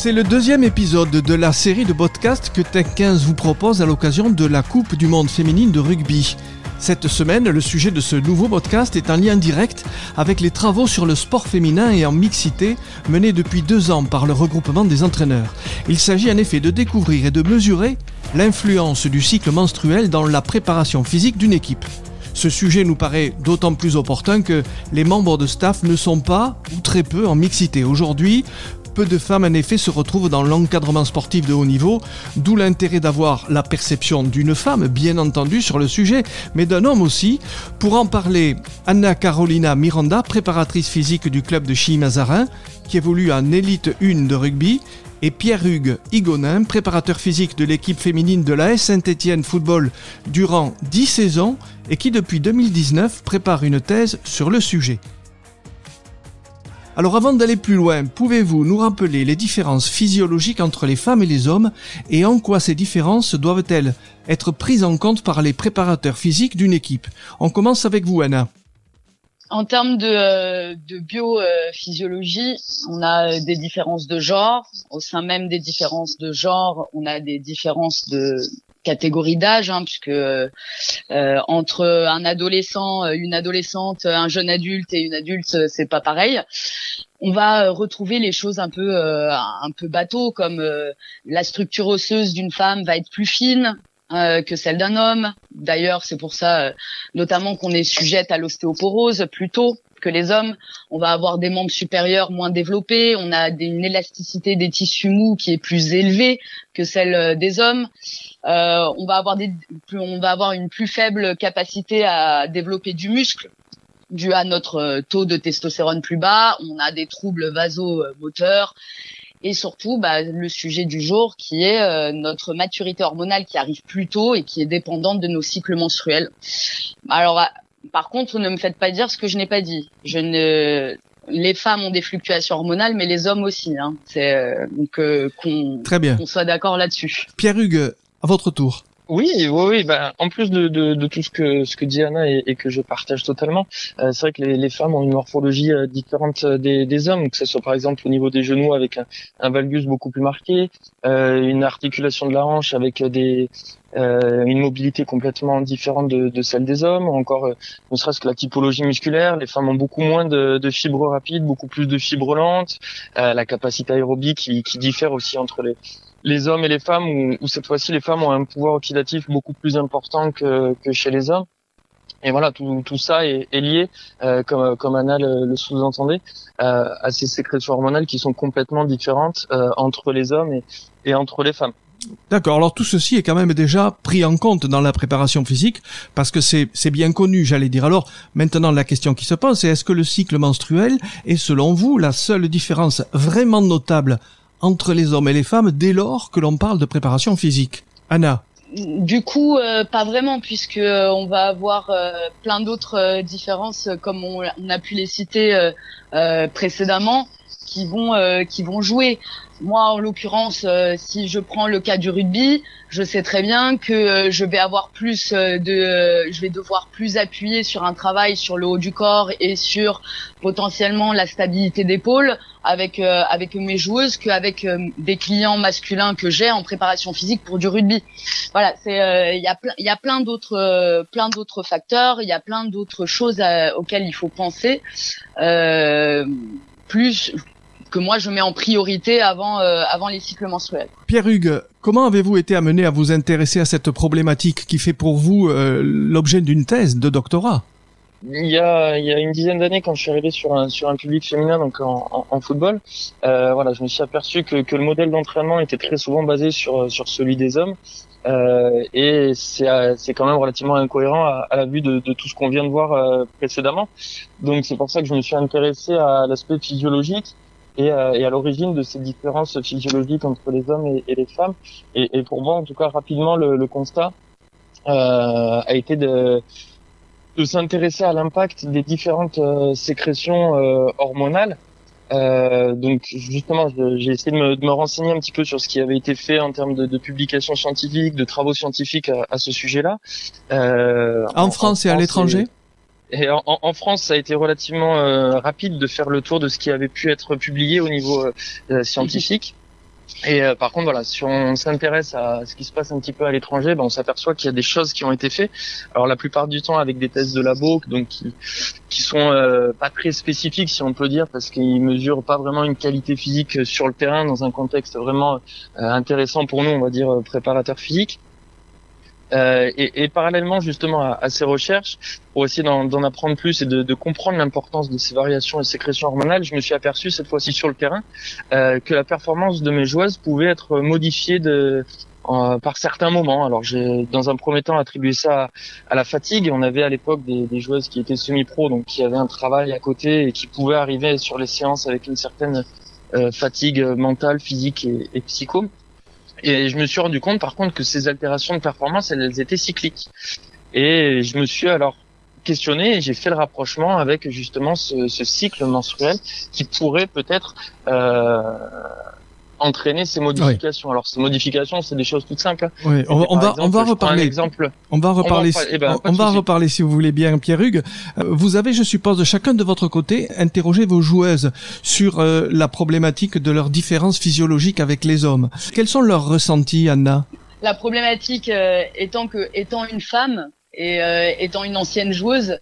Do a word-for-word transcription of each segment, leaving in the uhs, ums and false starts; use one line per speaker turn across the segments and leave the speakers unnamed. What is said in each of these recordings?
C'est le deuxième épisode de la série de podcasts que Tech quinze vous propose à l'occasion de la Coupe du monde féminine de rugby. Cette semaine, le sujet de ce nouveau podcast est en lien direct avec les travaux sur le sport féminin et en mixité menés depuis deux ans par le regroupement des entraîneurs. Il s'agit en effet de découvrir et de mesurer l'influence du cycle menstruel dans la préparation physique d'une équipe. Ce sujet nous paraît d'autant plus opportun que les membres de staff ne sont pas, ou très peu, en mixité. Aujourd'hui, peu de femmes en effet se retrouvent dans l'encadrement sportif de haut niveau, d'où l'intérêt d'avoir la perception d'une femme, bien entendu, sur le sujet, mais d'un homme aussi. Pour en parler, Anna Carolina Miranda, préparatrice physique du club de Chilly-Mazarin, qui évolue en élite un de rugby, et Pierre-Hugues Higonin, préparateur physique de l'équipe féminine de l'A S Saint-Étienne Football durant dix saisons et qui depuis deux mille dix-neuf prépare une thèse sur le sujet. Alors avant d'aller plus loin, pouvez-vous nous rappeler les différences physiologiques entre les femmes et les hommes et en quoi ces différences doivent-elles être prises en compte par les préparateurs physiques d'une équipe ? On commence avec vous, Anna.
En termes de, euh, de biophysiologie, on a des différences de genre. Au sein même des différences de genre, on a des différences de catégorie d'âge, hein, puisque euh, entre un adolescent, une adolescente, un jeune adulte et une adulte, c'est pas pareil. On va retrouver les choses un peu euh, un peu bateau, comme euh, la structure osseuse d'une femme va être plus fine Euh, que celle d'un homme. D'ailleurs, c'est pour ça euh, notamment qu'on est sujette à l'ostéoporose plus tôt que les hommes. On va avoir des membres supérieurs moins développés, on a des, une élasticité des tissus mous qui est plus élevée que celle euh, des hommes. Euh, on va avoir des, on va avoir une plus faible capacité à développer du muscle dû à notre taux de testostérone plus bas. On a des troubles vasomoteurs. Et surtout, bah, le sujet du jour qui est euh, notre maturité hormonale qui arrive plus tôt et qui est dépendante de nos cycles menstruels. Alors, euh, par contre, ne me faites pas dire ce que je n'ai pas dit. Je ne, les femmes ont des fluctuations hormonales, mais les hommes aussi. Hein. C'est euh, donc euh, qu'on,
Très bien.
qu'on soit d'accord là-dessus.
Pierre-Hugues, à votre tour.
Oui, oui, oui. Ben, en plus de, de, de tout ce que ce que dit Anna et, et que je partage totalement, euh, c'est vrai que les, les femmes ont une morphologie euh, différente des, des hommes, que ce soit par exemple au niveau des genoux avec un, un valgus beaucoup plus marqué, euh, une articulation de la hanche avec des euh, une mobilité complètement différente de, de celle des hommes, ou encore euh, ne serait-ce que la typologie musculaire. Les femmes ont beaucoup moins de, de fibres rapides, beaucoup plus de fibres lentes, euh, la capacité aérobie qui, qui diffère aussi entre les les hommes et les femmes, où, où cette fois-ci les femmes ont un pouvoir oxydatif beaucoup plus important que, que chez les hommes. Et voilà, tout, tout ça est, est lié, euh, comme, comme Anna le, le sous-entendait, euh, à ces sécrétions hormonales qui sont complètement différentes euh, entre les hommes et, et entre les femmes.
D'accord, alors tout ceci est quand même déjà pris en compte dans la préparation physique, parce que c'est, c'est bien connu, j'allais dire. Alors, maintenant, la question qui se pose, c'est est-ce que le cycle menstruel est, selon vous, la seule différence vraiment notable entre les hommes et les femmes dès lors que l'on parle de préparation physique ? Anna ?
Du coup, euh, pas vraiment, puisque euh, on va avoir euh, plein d'autres euh, différences, comme on, on a pu les citer euh, euh, précédemment, qui vont euh, qui vont jouer. Moi, en l'occurrence, euh, si je prends le cas du rugby, je sais très bien que euh, je vais avoir plus euh, de, euh, je vais devoir plus appuyer sur un travail sur le haut du corps et sur potentiellement la stabilité d'épaule avec euh, avec mes joueuses qu'avec euh, des clients masculins que j'ai en préparation physique pour du rugby. Voilà, c'est il euh, y a plein il y a plein d'autres euh, plein d'autres facteurs, il y a plein d'autres choses à, auxquelles il faut penser. Euh, plus que moi je mets en priorité avant euh, avant les cycles menstruels.
Pierre-Hugues, comment avez-vous été amené à vous intéresser à cette problématique qui fait pour vous euh, l'objet d'une thèse de doctorat ?
Il y a il y a une dizaine d'années, quand je suis arrivé sur un sur un public féminin, donc en, en, en football, euh, voilà, je me suis aperçu que que le modèle d'entraînement était très souvent basé sur sur celui des hommes. Euh, et c'est c'est quand même relativement incohérent à, à la vue de, de tout ce qu'on vient de voir euh, précédemment. Donc c'est pour ça que je me suis intéressé à l'aspect physiologique et, euh, et à l'origine de ces différences physiologiques entre les hommes et, et les femmes. Et, et pour moi, en tout cas, rapidement, le, le constat euh, a été de, de s'intéresser à l'impact des différentes euh, sécrétions euh, hormonales. Euh, donc justement, je, j'ai essayé de me, de me renseigner un petit peu sur ce qui avait été fait en termes de, de publications scientifiques, de travaux scientifiques à, à ce sujet-là. Euh,
en, en France en et à l'étranger ?
Et en, en France, ça a été relativement euh, rapide de faire le tour de ce qui avait pu être publié au niveau euh, scientifique. Et euh, par contre, voilà, si on s'intéresse à ce qui se passe un petit peu à l'étranger, ben, on s'aperçoit qu'il y a des choses qui ont été faites. Alors la plupart du temps avec des tests de labo, donc qui, qui sont euh, pas très spécifiques, si on peut dire, parce qu'ils mesurent pas vraiment une qualité physique sur le terrain dans un contexte vraiment euh, intéressant pour nous, on va dire euh, préparateur physique. Euh, et, et parallèlement justement à, à ces recherches, pour essayer d'en, d'en apprendre plus et de, de comprendre l'importance de ces variations et sécrétions hormonales, je me suis aperçu cette fois-ci sur le terrain euh, que la performance de mes joueuses pouvait être modifiée de, euh, par certains moments. Alors j'ai dans un premier temps attribué ça à, à la fatigue. On avait à l'époque des, des joueuses qui étaient semi-pro, donc qui avaient un travail à côté et qui pouvaient arriver sur les séances avec une certaine euh, fatigue mentale, physique et, et psycho. Et je me suis rendu compte, par contre, que ces altérations de performance, elles, elles étaient cycliques. Et je me suis alors questionné et j'ai fait le rapprochement avec justement ce, ce cycle menstruel qui pourrait peut-être euh, entraîner ces modifications. Oui. Alors ces modifications, c'est des choses toutes simples.
Oui, on, on va
exemple,
on va reparler.
Exemple,
on va reparler. On va,
eh ben,
on, on va reparler si vous voulez bien, Pierre Hugues. Vous avez, je suppose, de chacun de votre côté, interrogé vos joueuses sur euh, la problématique de leur différence physiologique avec les hommes. Quels sont leurs ressentis, Anna?
La problématique euh, étant que étant une femme et euh, étant une ancienne joueuse.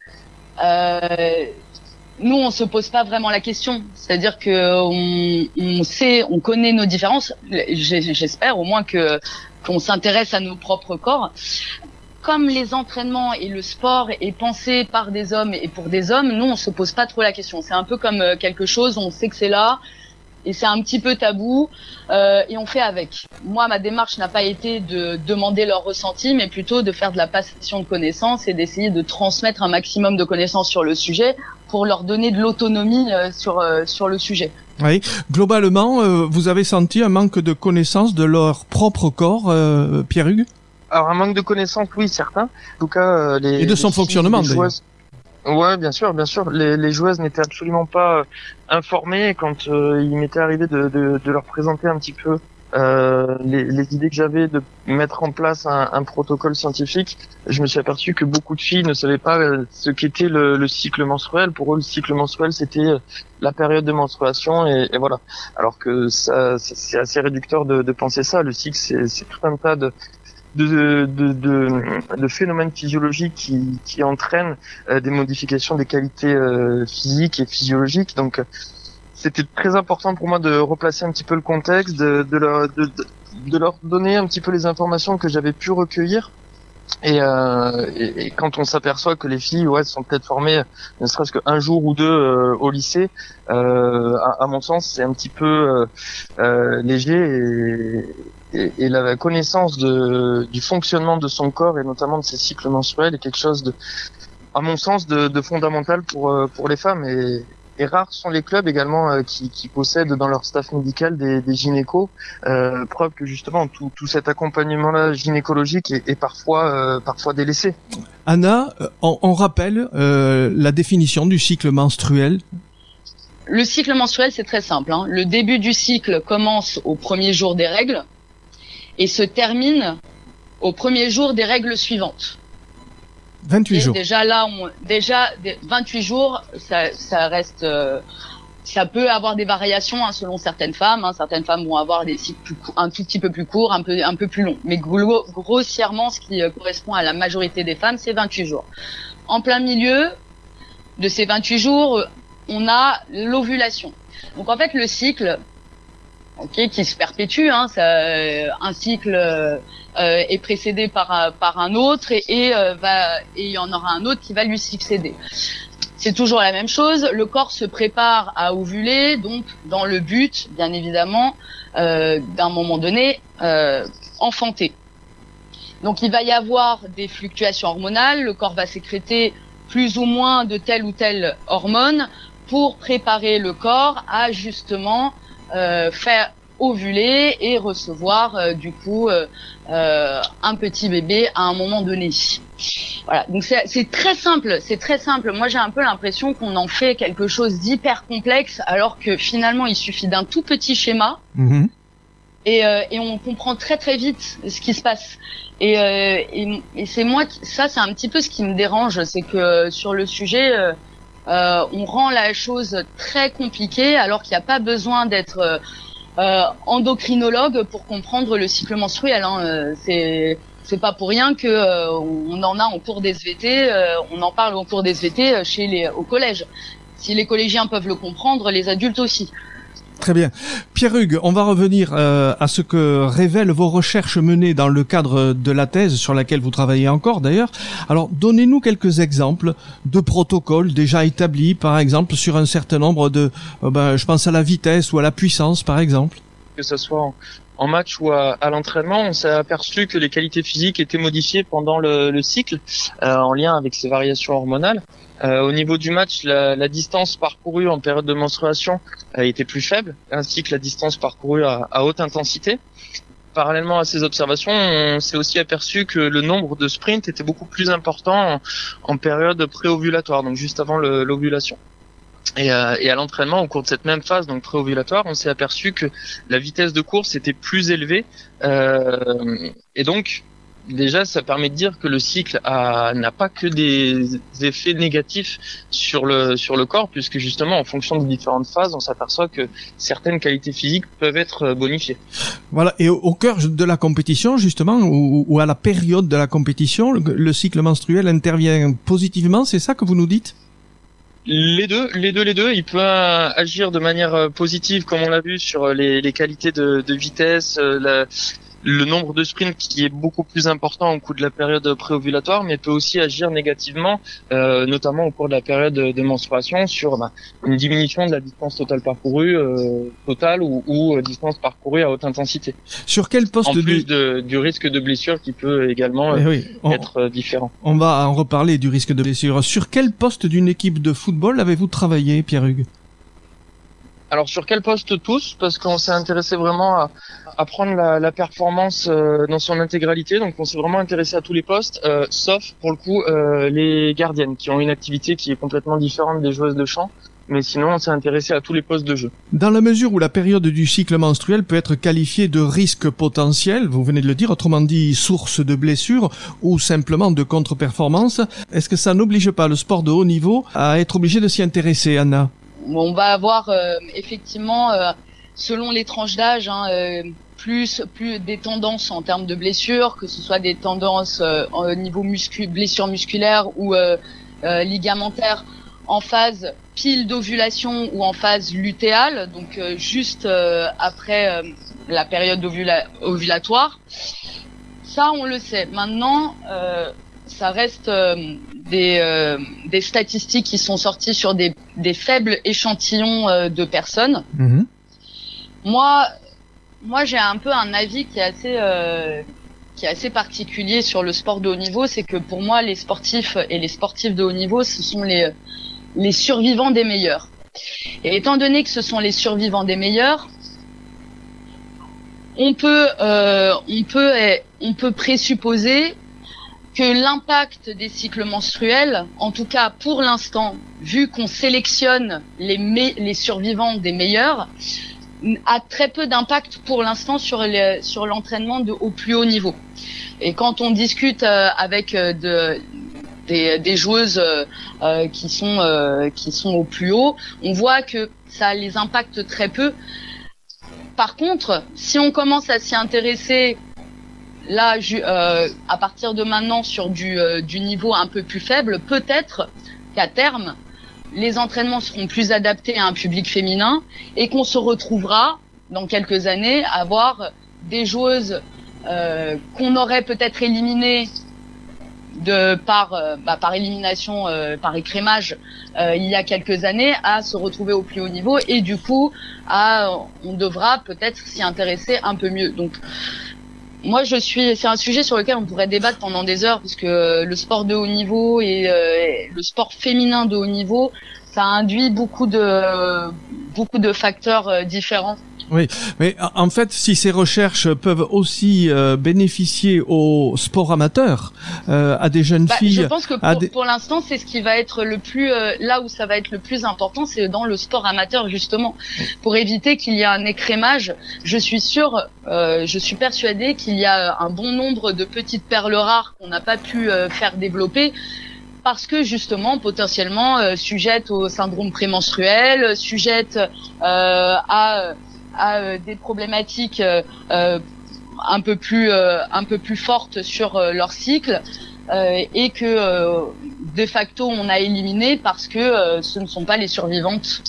Euh, Nous, on se pose pas vraiment la question. C'est-à-dire que on, on sait, on connaît nos différences. J'espère au moins que qu'on s'intéresse à nos propres corps. Comme les entraînements et le sport est pensé par des hommes et pour des hommes, nous, on se pose pas trop la question. C'est un peu comme quelque chose, on sait que c'est là et c'est un petit peu tabou euh, et on fait avec. Moi, ma démarche n'a pas été de demander leur ressenti, mais plutôt de faire de la passation de connaissances et d'essayer de transmettre un maximum de connaissances sur le sujet pour leur donner de l'autonomie euh, sur euh, sur le sujet.
Oui, globalement, euh, vous avez senti un manque de connaissance de leur propre corps, euh, Pierre Hugues?
Alors un manque de connaissances, oui, certain. En tout cas, euh, les
et de son
les
fonctionnement,
filles, les joueuses... Ouais, bien sûr, bien sûr. Les, les joueuses n'étaient absolument pas euh, informées quand euh, il m'était arrivé de, de, de leur présenter un petit peu euh, les, les idées que j'avais de mettre en place un, un protocole scientifique. Je me suis aperçu que beaucoup de filles ne savaient pas euh, ce qu'était le, le cycle menstruel. Pour eux, le cycle menstruel, c'était euh, la période de menstruation et, et voilà. Alors que ça, c'est assez réducteur de, de penser ça. Le cycle, c'est, c'est tout un tas de De, de, de, de phénomènes physiologiques qui, qui entraînent euh, des modifications des qualités euh, physiques et physiologiques. Donc, c'était très important pour moi de replacer un petit peu le contexte, de, de, leur, de, de leur donner un petit peu les informations que j'avais pu recueillir. Et, euh, et, et quand on s'aperçoit que les filles ouais, sont peut-être formées ne serait-ce qu'un jour ou deux euh, au lycée, euh, à, à mon sens, c'est un petit peu euh, euh, léger et, et, et la connaissance de, du fonctionnement de son corps et notamment de ses cycles menstruels est quelque chose de, à mon sens, de, de fondamental pour, pour les femmes. Et, Et rares sont les clubs également euh, qui, qui possèdent dans leur staff médical des, des gynécos, euh, preuve que justement tout, tout cet accompagnement-là gynécologique est, est parfois, euh, parfois délaissé.
Anna, on, on rappelle euh, la définition du cycle menstruel.
Le cycle menstruel, c'est très simple. Hein. Le début du cycle commence au premier jour des règles et se termine au premier jour des règles suivantes.
vingt-huit
et
jours.
Déjà là, on, déjà vingt-huit jours, ça, ça reste, euh, ça peut avoir des variations hein, selon certaines femmes. Hein. Certaines femmes vont avoir des cycles plus, un tout petit peu plus courts, un peu, un peu plus longs. Mais gros, grossièrement, ce qui euh, correspond à la majorité des femmes, c'est vingt-huit jours. En plein milieu de ces vingt-huit jours, on a l'ovulation. Donc en fait, le cycle, ok, qui se perpétue, hein, ça, un cycle. Euh, Euh, est précédé par un, par un autre et, et euh, va et il y en aura un autre qui va lui succéder. C'est toujours la même chose. Le corps se prépare à ovuler, donc dans le but, bien évidemment, euh, d'un moment donné, euh, enfanter. Donc il va y avoir des fluctuations hormonales. Le corps va sécréter plus ou moins de telle ou telle hormone pour préparer le corps à justement euh, faire ovuler et recevoir euh, du coup euh, euh, un petit bébé à un moment donné. Voilà, donc c'est, c'est très simple, c'est très simple. Moi j'ai un peu l'impression qu'on en fait quelque chose d'hyper complexe alors que finalement il suffit d'un tout petit schéma mmh. et, euh, et on comprend très très vite ce qui se passe. Et, euh, et, et c'est moi, qui, ça c'est un petit peu ce qui me dérange, c'est que sur le sujet euh, euh, on rend la chose très compliquée alors qu'il n'y a pas besoin d'être euh, euh, endocrinologue pour comprendre le cycle menstruel. Hein. Euh, c'est c'est pas pour rien que euh, on en a en cours d'S V T, euh, on en parle en cours d'S V T chez les au collège. Si les collégiens peuvent le comprendre, les adultes aussi.
Très bien. Pierre Hugues, on va revenir euh, à ce que révèlent vos recherches menées dans le cadre de la thèse sur laquelle vous travaillez encore d'ailleurs. Alors, donnez-nous quelques exemples de protocoles déjà établis, par exemple, sur un certain nombre de... Euh, ben, je pense à la vitesse ou à la puissance, par exemple.
Que ce soit en, en match ou à, à l'entraînement, on s'est aperçu que les qualités physiques étaient modifiées pendant le, le cycle, euh, en lien avec ces variations hormonales. Euh, au niveau du match, la, la distance parcourue en période de menstruation euh, était plus faible, ainsi que la distance parcourue à, à haute intensité. Parallèlement à ces observations, on s'est aussi aperçu que le nombre de sprints était beaucoup plus important en, en période préovulatoire, donc juste avant le, l'ovulation. Et, euh, et à l'entraînement, au cours de cette même phase, donc préovulatoire, on s'est aperçu que la vitesse de course était plus élevée, euh, et donc déjà, ça permet de dire que le cycle a, n'a pas que des effets négatifs sur le sur le corps, puisque justement, en fonction des différentes phases, on s'aperçoit que certaines qualités physiques peuvent être bonifiées.
Voilà. Et au, au cœur de la compétition, justement, ou, ou à la période de la compétition, le, le cycle menstruel intervient positivement. C'est ça que vous nous dites ?
Les deux, les deux, les deux. Il peut agir de manière positive, comme on l'a vu, sur les, les qualités de, de vitesse, la le nombre de sprints qui est beaucoup plus important au cours de la période préovulatoire, mais peut aussi agir négativement, euh, notamment au cours de la période de menstruation, sur bah, une diminution de la distance totale parcourue, euh, totale ou, ou euh, distance parcourue à haute intensité.
Sur quel poste
En plus
du...
de, du risque de blessure qui peut également
eh oui, on,
être euh, différent.
On va en reparler du risque de blessure. Sur quel poste d'une équipe de football avez-vous travaillé, Pierre Hugues ?
Alors sur quel poste tous ? Parce qu'on s'est intéressé vraiment à, à prendre la, la performance euh, dans son intégralité. Donc on s'est vraiment intéressé à tous les postes, euh, sauf pour le coup euh, les gardiennes, qui ont une activité qui est complètement différente des joueuses de champ. Mais sinon on s'est intéressé à tous les postes de jeu.
Dans la mesure où la période du cycle menstruel peut être qualifiée de risque potentiel, vous venez de le dire, autrement dit source de blessure ou simplement de contre-performance, est-ce que ça n'oblige pas le sport de haut niveau à être obligé de s'y intéresser, Anna ?
On va avoir euh, effectivement, euh, selon les tranches d'âge, hein, euh, plus plus des tendances en termes de blessures, que ce soit des tendances euh, au niveau muscu, blessures musculaires ou euh, euh, ligamentaires en phase pile d'ovulation ou en phase lutéale, donc euh, juste euh, après euh, la période ovula- ovulatoire. Ça, on le sait. Maintenant, euh, ça reste euh, des, euh, des statistiques qui sont sorties sur des, des faibles échantillons euh, de personnes.
Mmh.
Moi, moi, j'ai un peu un avis qui est assez, euh, qui est assez particulier sur le sport de haut niveau. C'est que pour moi, les sportifs et les sportifs de haut niveau, ce sont les, les survivants des meilleurs. Et étant donné que ce sont les survivants des meilleurs, on peut, euh, on peut, on peut présupposer que l'impact des cycles menstruels, en tout cas pour l'instant, vu qu'on sélectionne les, me- les survivants des meilleurs, a très peu d'impact pour l'instant sur, les, sur l'entraînement de, au plus haut niveau. Et quand on discute euh, avec euh, de, des, des joueuses euh, qui sont euh, qui sont au plus haut, on voit que ça les impacte très peu. Par contre, si on commence à s'y intéresser là, euh, à partir de maintenant, sur du, euh, du niveau un peu plus faible, peut-être qu'à terme, les entraînements seront plus adaptés à un public féminin et qu'on se retrouvera dans quelques années à avoir des joueuses euh, qu'on aurait peut-être éliminées de par euh, bah, par élimination, euh, par écrémage euh, il y a quelques années, à se retrouver au plus haut niveau et du coup, à, on devra peut-être s'y intéresser un peu mieux. Donc moi, je suis. C'est un sujet sur lequel on pourrait débattre pendant des heures, parce que le sport de haut niveau et, euh, et le sport féminin de haut niveau, ça induit beaucoup de beaucoup de facteurs euh, différents.
Oui, mais en fait, si ces recherches peuvent aussi euh, bénéficier au sport amateur, euh, à des jeunes
bah,
filles...
Je pense que pour,
des...
pour l'instant, c'est ce qui va être le plus... Euh, là où ça va être le plus important, c'est dans le sport amateur, justement. Pour éviter qu'il y ait un écrémage, je suis sûre, euh, je suis persuadée qu'il y a un bon nombre de petites perles rares qu'on n'a pas pu euh, faire développer, parce que justement, potentiellement, euh, sujettes au syndrome prémenstruel, sujettes euh, à... à euh, des problématiques euh, euh, un peu plus euh, un peu plus fortes sur euh, leur cycle euh, et que euh, de facto on a éliminé parce que euh, ce ne sont pas les survivantes.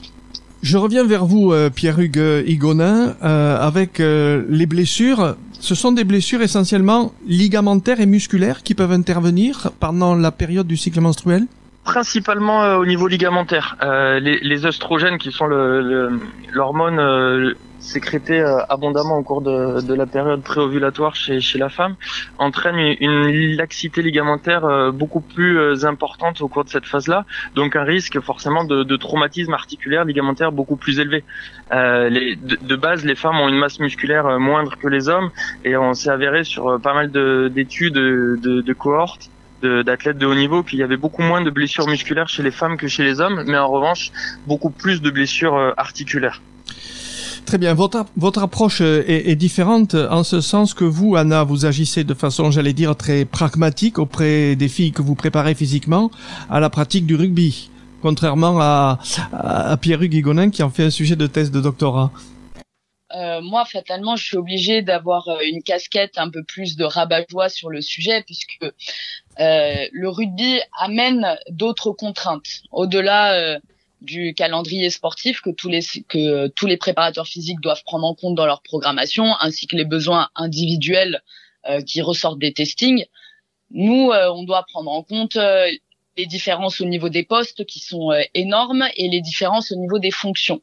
Je reviens vers vous, euh, Pierre-Hugues Higonin, euh, avec euh, les blessures. Ce sont des blessures essentiellement ligamentaires et musculaires qui peuvent intervenir pendant la période du cycle menstruel ?
Principalement euh, au niveau ligamentaire. Euh, les, les œstrogènes, qui sont le, le, l'hormone euh, sécrétée euh, abondamment au cours de, de la période préovulatoire chez, chez la femme, entraînent une, une laxité ligamentaire euh, beaucoup plus euh, importante au cours de cette phase-là, donc un risque forcément de, de traumatisme articulaire ligamentaire beaucoup plus élevé. Euh, les, de, de base, les femmes ont une masse musculaire euh, moindre que les hommes, et on s'est avéré sur euh, pas mal de, d'études de, de, de cohortes De, d'athlètes de haut niveau qu'il y avait beaucoup moins de blessures musculaires chez les femmes que chez les hommes, mais en revanche beaucoup plus de blessures euh, articulaires.
Très bien, votre, votre approche est, est différente en ce sens que vous, Anna, vous agissez de façon, j'allais dire, très pragmatique auprès des filles que vous préparez physiquement à la pratique du rugby, contrairement à, à, à Pierre-Hugues Higonin qui en fait un sujet de thèse de doctorat.
Euh, moi, fatalement, je suis obligée d'avoir une casquette un peu plus de rabat-joie sur le sujet, puisque euh, le rugby amène d'autres contraintes au-delà euh, du calendrier sportif que tous les que tous les préparateurs physiques doivent prendre en compte dans leur programmation, ainsi que les besoins individuels euh, qui ressortent des testings. Nous, euh, on doit prendre en compte euh, les différences au niveau des postes qui sont euh, énormes et les différences au niveau des fonctions.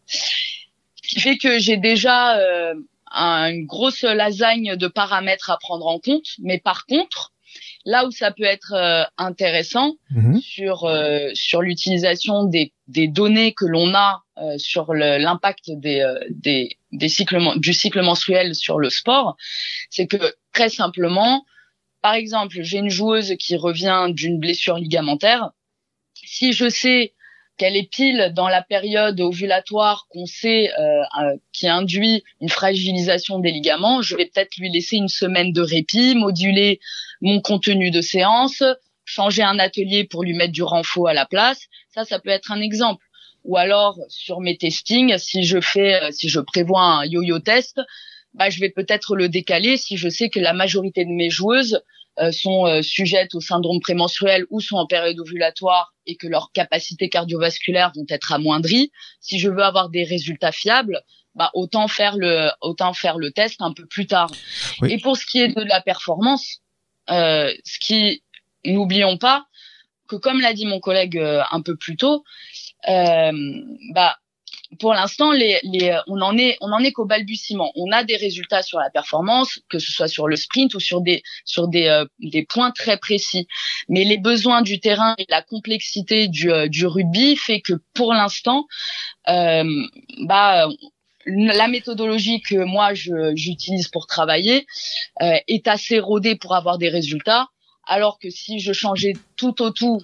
Ce qui fait que j'ai déjà euh, un, une grosse lasagne de paramètres à prendre en compte. Mais par contre, là où ça peut être euh, intéressant mmh. sur euh, sur l'utilisation des des données que l'on a euh, sur le, l'impact des euh, des des cycles du cycle menstruel sur le sport, c'est que très simplement, par exemple, j'ai une joueuse qui revient d'une blessure ligamentaire. Si je sais qu'elle est pile dans la période ovulatoire qu'on sait euh, euh, qui induit une fragilisation des ligaments, je vais peut-être lui laisser une semaine de répit, moduler mon contenu de séance, changer un atelier pour lui mettre du renfort à la place. Ça, ça peut être un exemple. Ou alors, sur mes testings, si je fais, euh, si je prévois un yo-yo test, bah, je vais peut-être le décaler si je sais que la majorité de mes joueuses euh, sont euh, sujettes au syndrome prémenstruel ou sont en période ovulatoire et que leurs capacités cardiovasculaires vont être amoindries. Si je veux avoir des résultats fiables, bah, autant faire le, autant faire le test un peu plus tard. Oui. Et pour ce qui est de la performance, euh, ce qui, n'oublions pas que comme l'a dit mon collègue euh, un peu plus tôt, euh, bah, pour l'instant, les, les, on en est, on en est qu'au balbutiement. On a des résultats sur la performance, que ce soit sur le sprint ou sur des, sur des, euh, des points très précis. Mais les besoins du terrain et la complexité du, euh, du rugby fait que pour l'instant, euh, bah, la méthodologie que moi je, j'utilise pour travailler euh, est assez rodée pour avoir des résultats. Alors que si je changeais tout au tout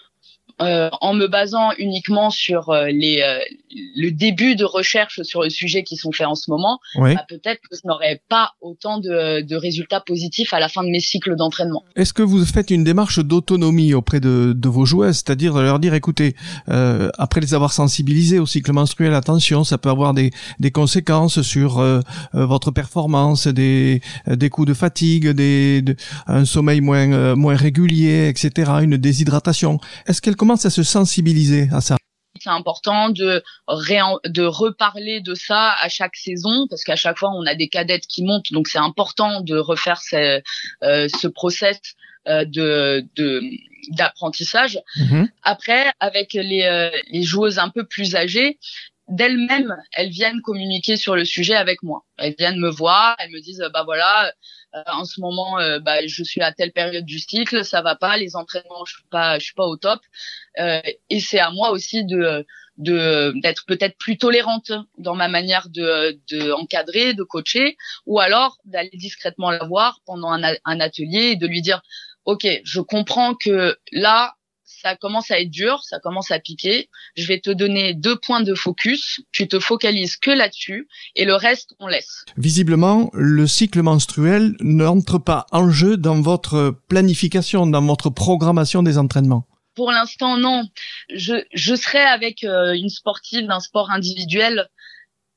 Euh, en me basant uniquement sur euh, les euh, le début de recherche sur le sujet qui sont faits en ce moment, oui. bah, peut-être que je n'aurais pas autant de, de résultats positifs à la fin de mes cycles d'entraînement.
Est-ce que vous faites une démarche d'autonomie auprès de, de vos joueuses, c'est-à-dire de leur dire, écoutez, euh, après les avoir sensibilisées au cycle menstruel, attention, ça peut avoir des, des conséquences sur euh, votre performance, des, des coups de fatigue, des, de, un sommeil moins, euh, moins régulier, et cetera, une déshydratation. Est-ce qu'elles commencent à se sensibiliser à ça?
C'est important de ré- de reparler de ça à chaque saison parce qu'à chaque fois on a des cadettes qui montent, donc c'est important de refaire ce, euh, ce process euh, de, de d'apprentissage. Mmh. Après, avec les euh, les joueuses un peu plus âgées, d'elles-mêmes, elles viennent communiquer sur le sujet avec moi. Elles viennent me voir, elles me disent bah voilà, euh, en ce moment euh, bah je suis à telle période du cycle, ça va pas, les entraînements je suis pas je suis pas au top. Euh, et c'est à moi aussi de de d'être peut-être plus tolérante dans ma manière de de encadrer, de coacher, ou alors d'aller discrètement la voir pendant un un atelier et de lui dire OK, je comprends que là ça commence à être dur, ça commence à piquer. Je vais te donner deux points de focus. Tu te focalises que là-dessus et le reste, on laisse.
Visiblement, le cycle menstruel n'entre pas en jeu dans votre planification, dans votre programmation des entraînements.
Pour l'instant, non. Je, je serai avec euh, une sportive d'un sport individuel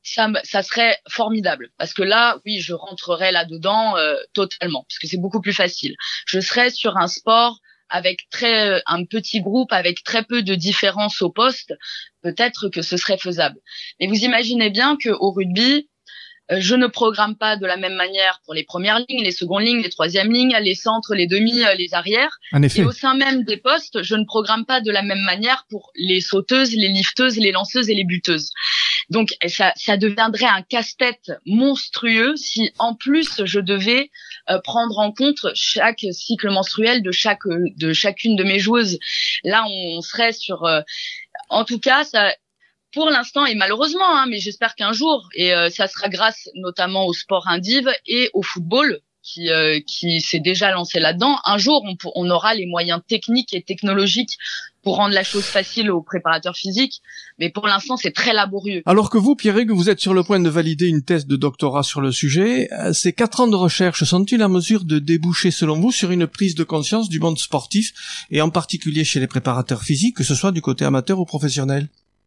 ça, ça serait formidable. Parce que là, oui, je rentrerais là-dedans euh, totalement, parce que c'est beaucoup plus facile. Je serais sur un sport avec très un petit groupe, avec très peu de différences au poste. Peut-être que ce serait faisable. Mais vous imaginez bien qu'au rugby, je ne programme pas de la même manière pour les premières lignes, les secondes lignes, les troisièmes lignes, les centres, les demi, les arrières.
En effet.
Et au sein même des postes, je ne programme pas de la même manière pour les sauteuses, les lifteuses, les lanceuses et les buteuses. Donc ça, ça deviendrait un casse-tête monstrueux si en plus je devais euh, prendre en compte chaque cycle menstruel de chaque de chacune de mes joueuses. Là, on serait sur, euh, en tout cas, ça. Pour l'instant et malheureusement, hein, mais j'espère qu'un jour, et euh, ça sera grâce notamment au sport indiv et au football qui euh, qui s'est déjà lancé là-dedans, un jour on, on aura les moyens techniques et technologiques pour rendre la chose facile aux préparateurs physiques, mais pour l'instant c'est très laborieux.
Alors que vous, Pierre-Hugues, vous êtes sur le point de valider une thèse de doctorat sur le sujet, ces quatre ans de recherche sont-ils en mesure de déboucher selon vous sur une prise de conscience du monde sportif, et en particulier chez les préparateurs physiques, que ce soit du côté amateur ou professionnel ?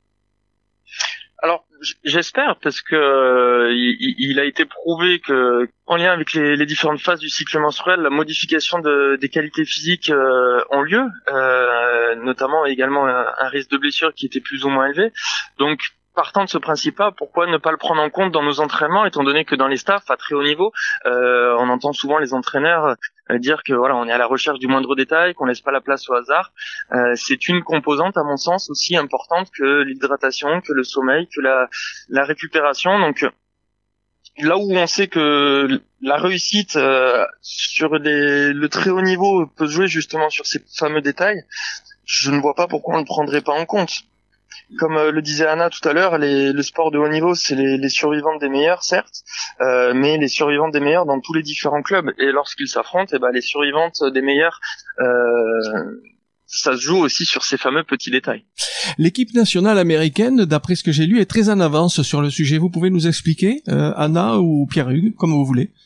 Alors, j'espère, parce que euh, il, il a été prouvé que, en lien avec les, les différentes phases du cycle menstruel, la modification de, des qualités physiques euh, ont lieu, euh, notamment également un, un risque de blessure qui était plus ou moins élevé. Donc, partant de ce principe-là, pourquoi ne pas le prendre en compte dans nos entraînements, étant donné que dans les staffs à très haut niveau, euh, on entend souvent les entraîneurs euh, dire que voilà, on est à la recherche du moindre détail, qu'on laisse pas la place au hasard. Euh, c'est une composante, à mon sens, aussi importante que l'hydratation, que le sommeil, que la, la récupération. Donc, là où on sait que la réussite euh, sur les, le très haut niveau peut se jouer justement sur ces fameux détails, je ne vois pas pourquoi on ne le prendrait pas en compte. Comme euh, le disait Anna tout à l'heure, les, le sport de haut niveau, c'est les, les survivantes des meilleurs, certes, euh, mais les survivantes des meilleurs dans tous les différents clubs. Et lorsqu'ils s'affrontent, eh ben, les survivantes des meilleurs, euh, ça se joue aussi sur ces fameux petits détails.
L'équipe nationale américaine, d'après ce que j'ai lu, est très en avance sur le sujet. Vous pouvez nous expliquer, euh, Anna ou Pierre-Hugues, comme vous voulez.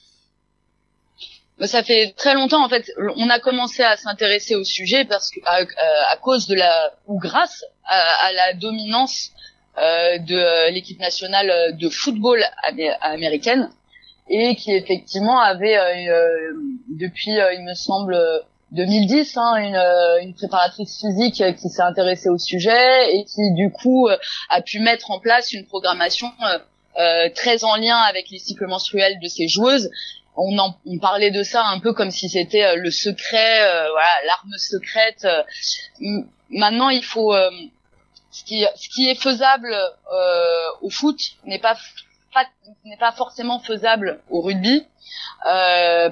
Ça fait très longtemps, en fait, on a commencé à s'intéresser au sujet parce que, à, à cause de la, ou grâce à, à la dominance euh, de l'équipe nationale de football amé- américaine, et qui effectivement avait, euh, depuis, euh, il me semble, deux mille dix, hein, une, une préparatrice physique qui s'est intéressée au sujet et qui, du coup, a pu mettre en place une programmation euh, euh, très en lien avec les cycles menstruels de ses joueuses. On, en, on parlait de ça un peu comme si c'était euh, le secret, euh, voilà, l'arme secrète. Euh, maintenant, il faut euh, ce qui, ce qui est faisable euh, au foot n'est pas, pas n'est pas forcément faisable au rugby. Euh,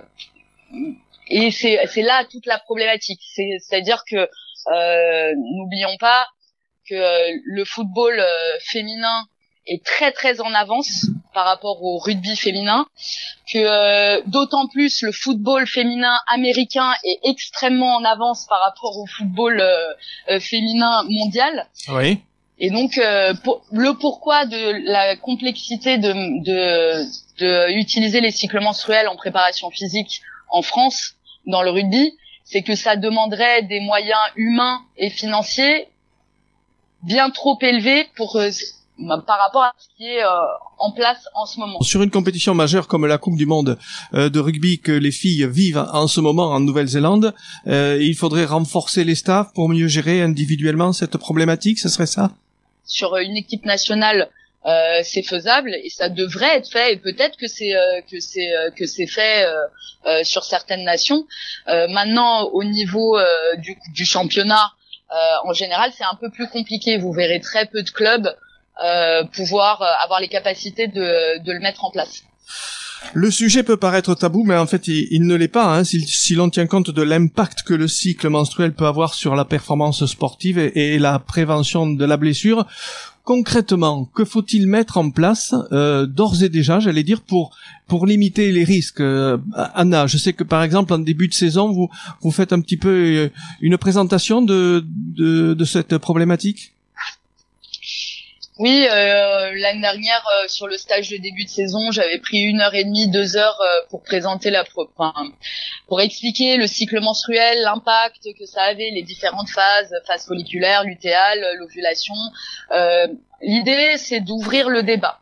et c'est c'est là toute la problématique. C'est, c'est-à-dire que euh, n'oublions pas que euh, le football euh, féminin est très très en avance par rapport au rugby féminin, que euh, d'autant plus le football féminin américain est extrêmement en avance par rapport au football euh, euh, féminin mondial.
Oui.
Et donc euh, pour, le pourquoi de la complexité de, de de utiliser les cycles menstruels en préparation physique en France dans le rugby, c'est que ça demanderait des moyens humains et financiers bien trop élevés pour euh, par rapport à ce qui est euh, en place en ce moment.
Sur une compétition majeure comme la Coupe du Monde euh, de rugby que les filles vivent en ce moment en Nouvelle-Zélande, euh, il faudrait renforcer les staffs pour mieux gérer individuellement cette problématique, ce serait ça ?
Sur une équipe nationale, euh, c'est faisable et ça devrait être fait, et peut-être que c'est euh, que c'est euh, que c'est fait euh, euh, sur certaines nations. Euh, maintenant, au niveau euh, du, du championnat, euh, en général, c'est un peu plus compliqué. Vous verrez très peu de clubs Euh, pouvoir euh, avoir les capacités de, de le mettre en place.
Le sujet peut paraître tabou, mais en fait, il, il ne l'est pas, hein, si, si l'on tient compte de l'impact que le cycle menstruel peut avoir sur la performance sportive et, et la prévention de la blessure. Concrètement, que faut-il mettre en place euh, d'ores et déjà, j'allais dire, pour pour limiter les risques euh, Anna, je sais que par exemple en début de saison, vous vous faites un petit peu une présentation de de, de cette problématique.
Oui, euh, l'année dernière, euh, sur le stage de début de saison, j'avais pris une heure et demie, deux heures euh, pour présenter la pro- enfin, pour expliquer le cycle menstruel, l'impact que ça avait, les différentes phases, phase folliculaire, lutéale, l'ovulation. Euh, l'idée, c'est d'ouvrir le débat.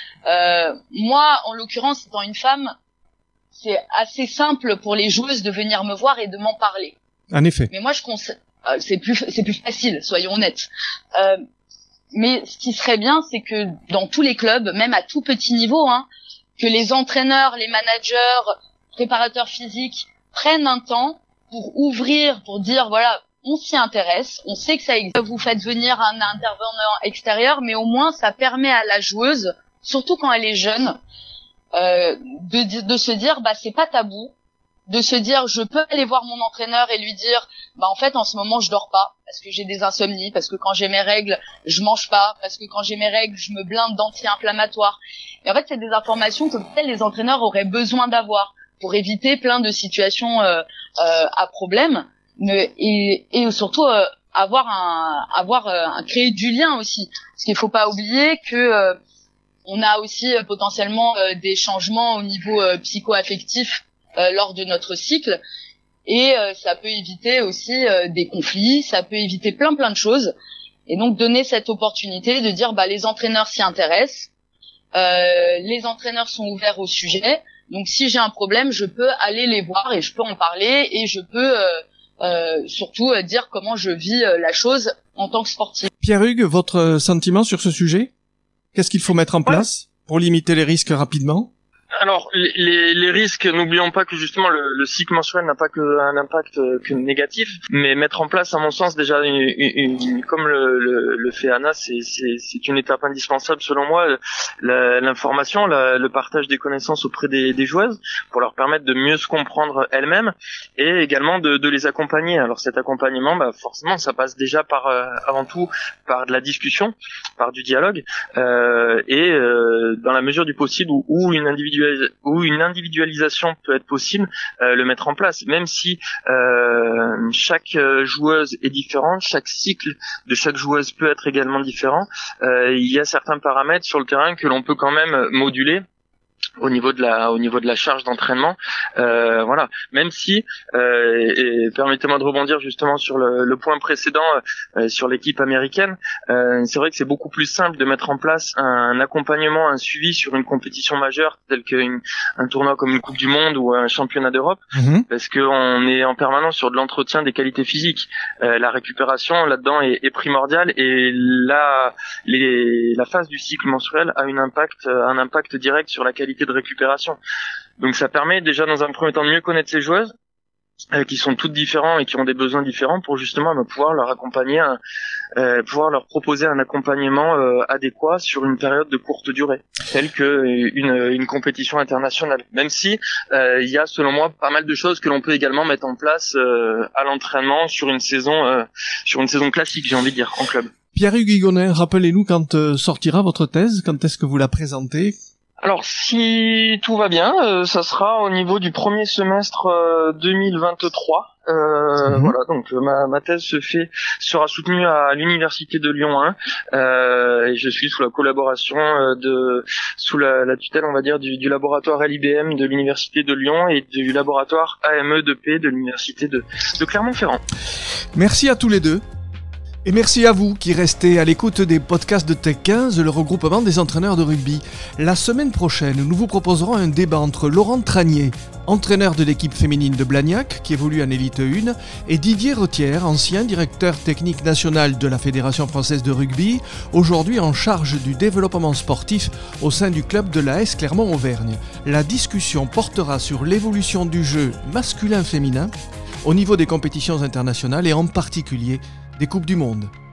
Euh, moi, en l'occurrence, étant une femme, c'est assez simple pour les joueuses de venir me voir et de m'en parler.
En effet.
Mais moi, je conseille, euh, c'est plus, c'est plus facile, soyons honnêtes. Euh, Mais ce qui serait bien, c'est que dans tous les clubs, même à tout petit niveau, hein, que les entraîneurs, les managers, préparateurs physiques prennent un temps pour ouvrir, pour dire voilà, on s'y intéresse, on sait que ça existe. Vous faites venir un intervenant extérieur, mais au moins ça permet à la joueuse, surtout quand elle est jeune, euh, de, de se dire bah c'est pas tabou. De se dire je peux aller voir mon entraîneur et lui dire bah en fait en ce moment je dors pas parce que j'ai des insomnies, parce que quand j'ai mes règles je mange pas, parce que quand j'ai mes règles je me blinde d'anti-inflammatoires. Et en fait c'est des informations que peut-être les entraîneurs auraient besoin d'avoir pour éviter plein de situations euh, euh, à problème, mais, et, et surtout euh, avoir un avoir euh, un créer du lien aussi, parce qu'il faut pas oublier que euh, on a aussi euh, potentiellement euh, des changements au niveau euh, psycho-affectif Euh, lors de notre cycle, et euh, ça peut éviter aussi euh, des conflits, ça peut éviter plein plein de choses, et donc donner cette opportunité de dire bah les entraîneurs s'y intéressent, euh, les entraîneurs sont ouverts au sujet, donc si j'ai un problème je peux aller les voir et je peux en parler, et je peux euh, euh, surtout euh, dire comment je vis euh, la chose en tant que sportif.
Pierre-Hugues, votre sentiment sur ce sujet ? Qu'est-ce qu'il faut mettre en place pour limiter les risques rapidement ?
Alors, les, les risques, n'oublions pas que justement le, le cycle menstruel n'a pas que un impact que négatif, mais mettre en place, à mon sens, déjà, une, une, une, comme le, le, le fait Anna, c'est, c'est, c'est une étape indispensable selon moi, la, l'information, la, le partage des connaissances auprès des, des joueuses, pour leur permettre de mieux se comprendre elles-mêmes, et également de, de les accompagner. Alors cet accompagnement, bah, forcément, ça passe déjà par, euh, avant tout, par de la discussion, par du dialogue, euh, et euh, dans la mesure du possible où, où une individualisation où une individualisation peut être possible, euh, le mettre en place, même si euh, chaque joueuse est différente, chaque cycle de chaque joueuse peut être également différent, euh, il y a certains paramètres sur le terrain que l'on peut quand même moduler au niveau de la au niveau de la charge d'entraînement, euh, voilà, même si euh, et permettez-moi de rebondir justement sur le, le point précédent euh, sur l'équipe américaine, euh, c'est vrai que c'est beaucoup plus simple de mettre en place un accompagnement, un suivi sur une compétition majeure telle qu'un un tournoi comme une Coupe du Monde ou un championnat d'Europe, mmh. parce que on est en permanence sur de l'entretien des qualités physiques, euh, la récupération là-dedans est, est primordiale, et la les la phase du cycle menstruel a une impact un impact direct sur la qualité de récupération. Donc ça permet déjà dans un premier temps de mieux connaître ces joueuses euh, qui sont toutes différentes et qui ont des besoins différents pour justement bah, pouvoir leur accompagner, un, euh, pouvoir leur proposer un accompagnement euh, adéquat sur une période de courte durée, telle que une, une compétition internationale. Même si euh, il y a selon moi pas mal de choses que l'on peut également mettre en place euh, à l'entraînement sur une saison euh, sur une saison classique, j'ai envie de dire, en club.
Pierre-Hugues Higonin, rappelez-nous quand euh, sortira votre thèse, quand est-ce que vous la présentez ?
Alors, si tout va bien, euh, ça sera au niveau du premier semestre euh, deux mille vingt-trois. Euh, mmh. Voilà, donc ma, ma thèse se fait sera soutenue à l'université de Lyon un, euh, et je suis sous la collaboration euh, de sous la, la tutelle, on va dire, du, du laboratoire L I B M de l'université de Lyon et du laboratoire A M E deux P de l'université de, de Clermont-Ferrand.
Merci à tous les deux. Et merci à vous qui restez à l'écoute des podcasts de Tech quinze, le regroupement des entraîneurs de rugby. La semaine prochaine, nous vous proposerons un débat entre Laurent Tranier, entraîneur de l'équipe féminine de Blagnac, qui évolue en Élite un, et Didier Retière, ancien directeur technique national de la Fédération française de rugby, aujourd'hui en charge du développement sportif au sein du club de l'A S Clermont-Auvergne. La discussion portera sur l'évolution du jeu masculin-féminin au niveau des compétitions internationales et en particulier des Coupes du Monde.